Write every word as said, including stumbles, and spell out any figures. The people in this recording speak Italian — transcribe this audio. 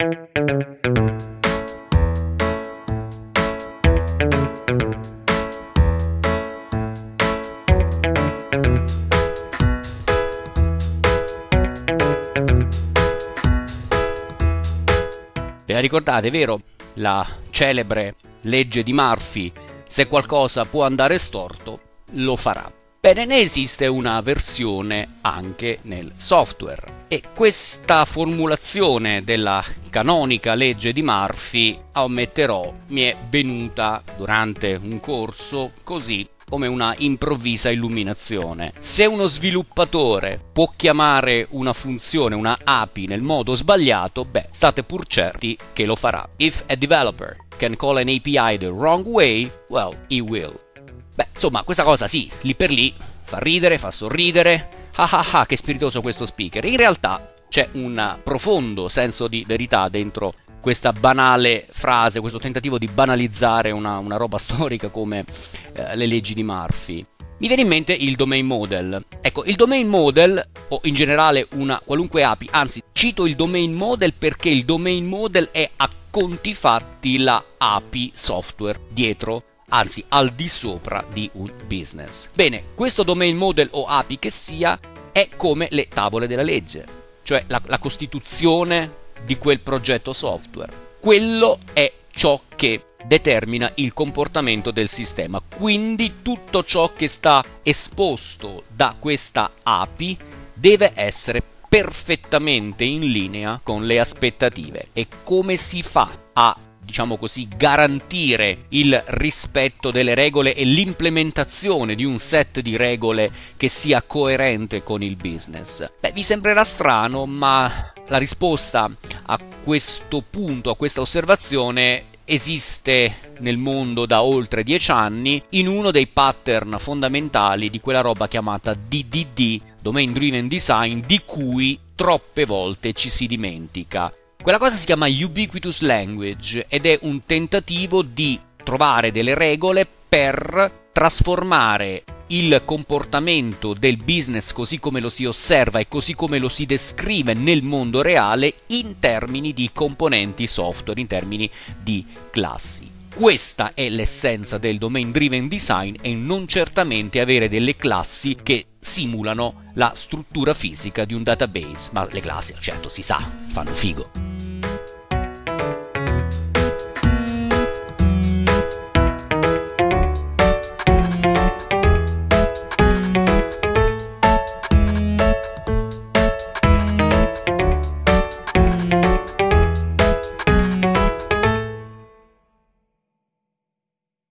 Ve la ricordate, vero? La celebre legge di Murphy: se qualcosa può andare storto, lo farà. Bene, ne esiste una versione anche nel software e questa formulazione della canonica legge di Murphy, ammetterò, mi è venuta durante un corso così come una improvvisa illuminazione. Se uno sviluppatore può chiamare una funzione, una A P I, nel modo sbagliato, beh, state pur certi che lo farà. If a developer can call an A P I the wrong way, well, he will. Beh, insomma, questa cosa sì, lì per lì, fa ridere, fa sorridere, ah ah ah, che spiritoso questo speaker. In realtà c'è un profondo senso di verità dentro questa banale frase, questo tentativo di banalizzare una, una roba storica come eh, le leggi di Murphy. Mi viene in mente il domain model. Ecco, il domain model, o in generale una qualunque A P I, anzi, cito il domain model perché il domain model è a conti fatti la A P I software dietro, anzi al di sopra di un business. Bene, questo domain model o A P I che sia è come le tavole della legge, cioè la, la costituzione di quel progetto software. Quello è ciò che determina il comportamento del sistema, quindi tutto ciò che sta esposto da questa A P I deve essere perfettamente in linea con le aspettative. E come si fa a, diciamo così, garantire il rispetto delle regole e l'implementazione di un set di regole che sia coerente con il business? Beh, vi sembrerà strano, ma la risposta a questo punto, a questa osservazione, esiste nel mondo da oltre dieci anni in uno dei pattern fondamentali di quella roba chiamata D D D, Domain Driven Design, di cui troppe volte ci si dimentica. Quella cosa si chiama Ubiquitous Language ed è un tentativo di trovare delle regole per trasformare il comportamento del business così come lo si osserva e così come lo si descrive nel mondo reale in termini di componenti software, in termini di classi. Questa è l'essenza del domain driven design e non certamente avere delle classi che simulano la struttura fisica di un database, ma le classi, certo, si sa, fanno figo.